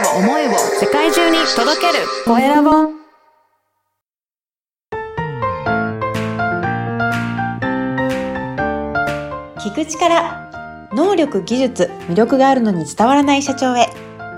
を思いを世界中に届けるコエラボ。 聞く力、能力、技術、魅力があるのに伝わらない社長へ。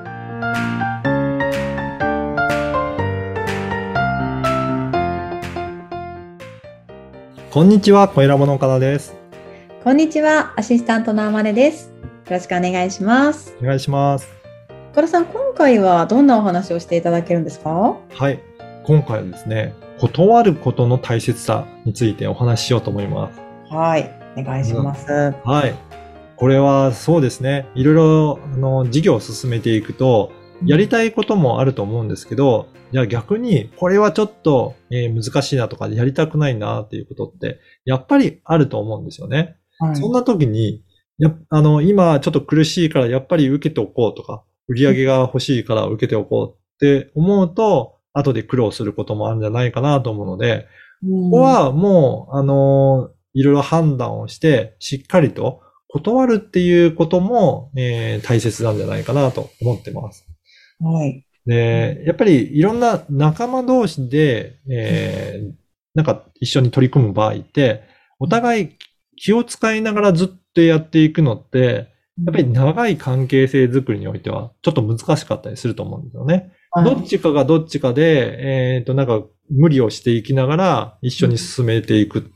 こんにちは、コエラボの岡田です。 こんにちは、アシスタントのあまねです。よろしくお願いします。 お願いします。 岡田さん、今回はどんなお話をしていただけるんですか？ はい、今回はですね、断ることの大切さについてお話ししようと思います。 はい、お願いします。 はい。これはそうですね、いろいろ事業を進めていくと、やりたいこともあると思うんですけど、じゃあ逆にこれはちょっと、難しいなとかやりたくないなっていうことってやっぱりあると思うんですよね。はい、そんな時に今ちょっと苦しいからやっぱり受けておこうとか、売り上げが欲しいから受けておこうって思うと、後で苦労することもあるんじゃないかなと思うので、ここはもういろいろ判断をしてしっかりと断るっていうことも、大切なんじゃないかなと思ってます。 はい。 で、やっぱりいろんな仲間同士で、なんか一緒に取り組む場合って、お互い気を使いながらずっとやっていくのって、やっぱり長い関係性づくりにおいてはちょっと難しかったりすると思うんですよね。どっちかがどっちかで、なんか無理をしていきながら一緒に進めていくって、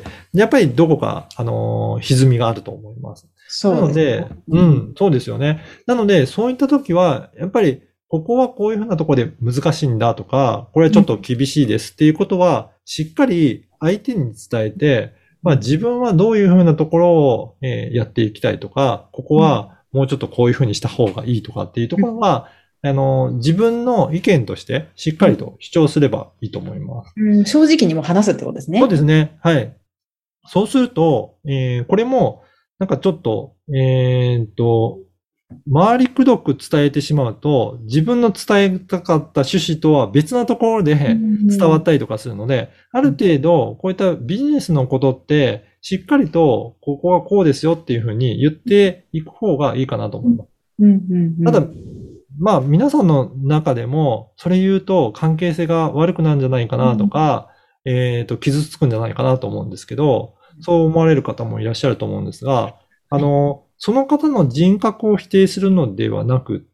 やっぱりどこか、歪みがあると思います。そうですね。なので、そうですよね。なので、そういった時は、やっぱり、ここはこういうふうなところで難しいんだとか、これはちょっと厳しいですっていうことは、しっかり相手に伝えて、自分はどういうふうなところを、やっていきたいとか、ここはもうちょっとこういうふうにした方がいいとかっていうところは、自分の意見としてしっかりと主張すればいいと思います。 正直にも話すってことですね。 そうですね。はい。そうすると、これも、なんかちょっと、回りくどく伝えてしまうと、自分の伝えたかった趣旨とは別なところで伝わったりとかするので、ある程度、こういったビジネスのことって、しっかりと、ここはこうですよっていうふうに言っていく方がいいかなと思います。ただ、皆さんの中でも、それ言うと関係性が悪くなるんじゃないかなとか、傷つくんじゃないかなと思うんですけど、そう思われる方もいらっしゃると思うんですが、その方の人格を否定するのではなくって、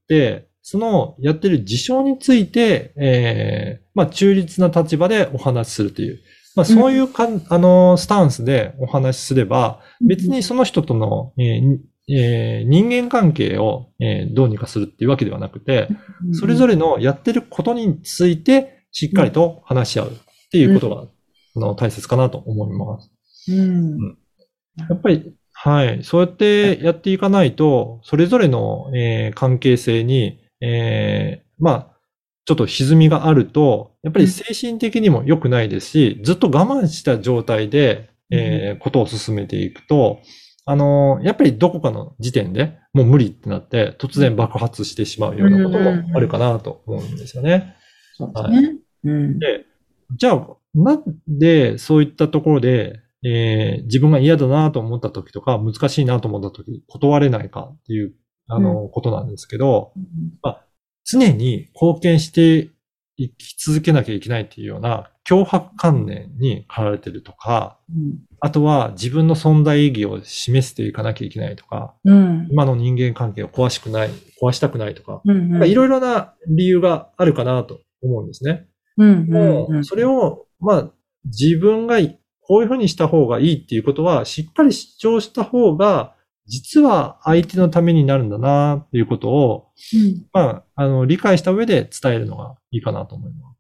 そのやってる事象について、中立な立場でお話しするという、そういうスタンスでお話しすれば、別にその人との、人間関係を、どうにかするっていうわけではなくて、それぞれのやってることについてしっかりと話し合うっていうことが、大切かなと思います。やっぱり、はい。そうやってやっていかないと、それぞれの、関係性に、ちょっと歪みがあると、やっぱり精神的にも良くないですし、ずっと我慢した状態で、ことを進めていくと、やっぱりどこかの時点でもう無理ってなって、突然爆発してしまうようなこともあるかなと思うんですよね。 そうですね。 で、じゃあ、なんでそういったところで、自分が嫌だなと思った時とか、難しいなと思った時、断れないかっていう、ことなんですけど、常に貢献していき続けなきゃいけないっていうような強迫観念に駆られてるとか、あとは自分の存在意義を示していかなきゃいけないとか、今の人間関係を壊したくないとか、いろいろな理由があるかなと思うんですね。それを、自分がこういうふうにした方がいいっていうことは、しっかり主張した方が、実は相手のためになるんだなっていうことを、理解した上で伝えるのがいいかなと思います。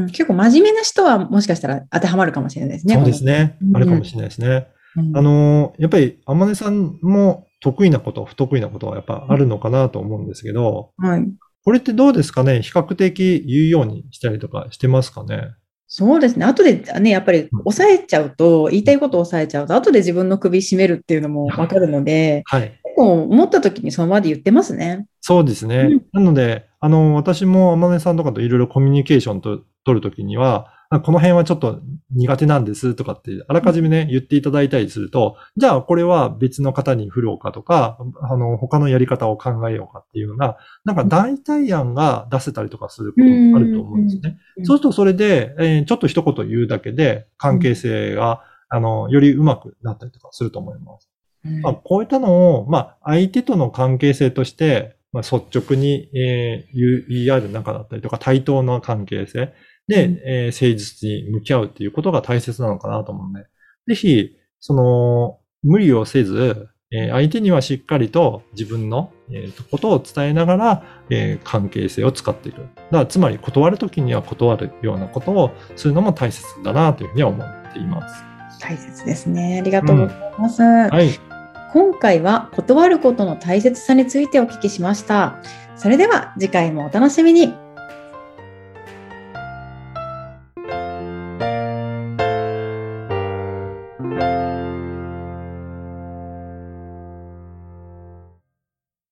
結構真面目な人はもしかしたら当てはまるかもしれないですね。 そうですね。あるかもしれないですね。やっぱり、天音さんも得意なこと、不得意なことはやっぱあるのかなと思うんですけど、これってどうですかね？比較的言うようにしたりとかしてますかね？ そうですね。後でね、やっぱり抑えちゃうと、言いたいことを抑えちゃうと、後で自分の首絞めるっていうのもわかるので、結構思った時にその場で言ってますね。 そうですね。なので、私も天音さんとかといろいろコミュニケーションと取るときには、 この辺はちょっと苦手なんですとかって、あらかじめね、言っていただいたりすると、じゃあこれは別の方に振ろうかとか、他のやり方を考えようかっていうような、なんか代替案が出せたりとかすることもあると思うんですね。そうするとそれで、ちょっと一言言うだけで、関係性が、より上手くなったりとかすると思います。こういったのを、相手との関係性として、率直に、言い合える仲だったりとか、対等な関係性で、誠実に向き合うっていうことが大切なのかなと思うので、ぜひ、無理をせず、相手にはしっかりと自分の、ことを伝えながら、関係性を使っていく。だからつまり断るときには断るようなことをするのも大切だなというふうには思っています。 大切ですね。ありがとうございます。 はい。 今回は断ることの大切さについてお聞きしました。それでは次回もお楽しみに。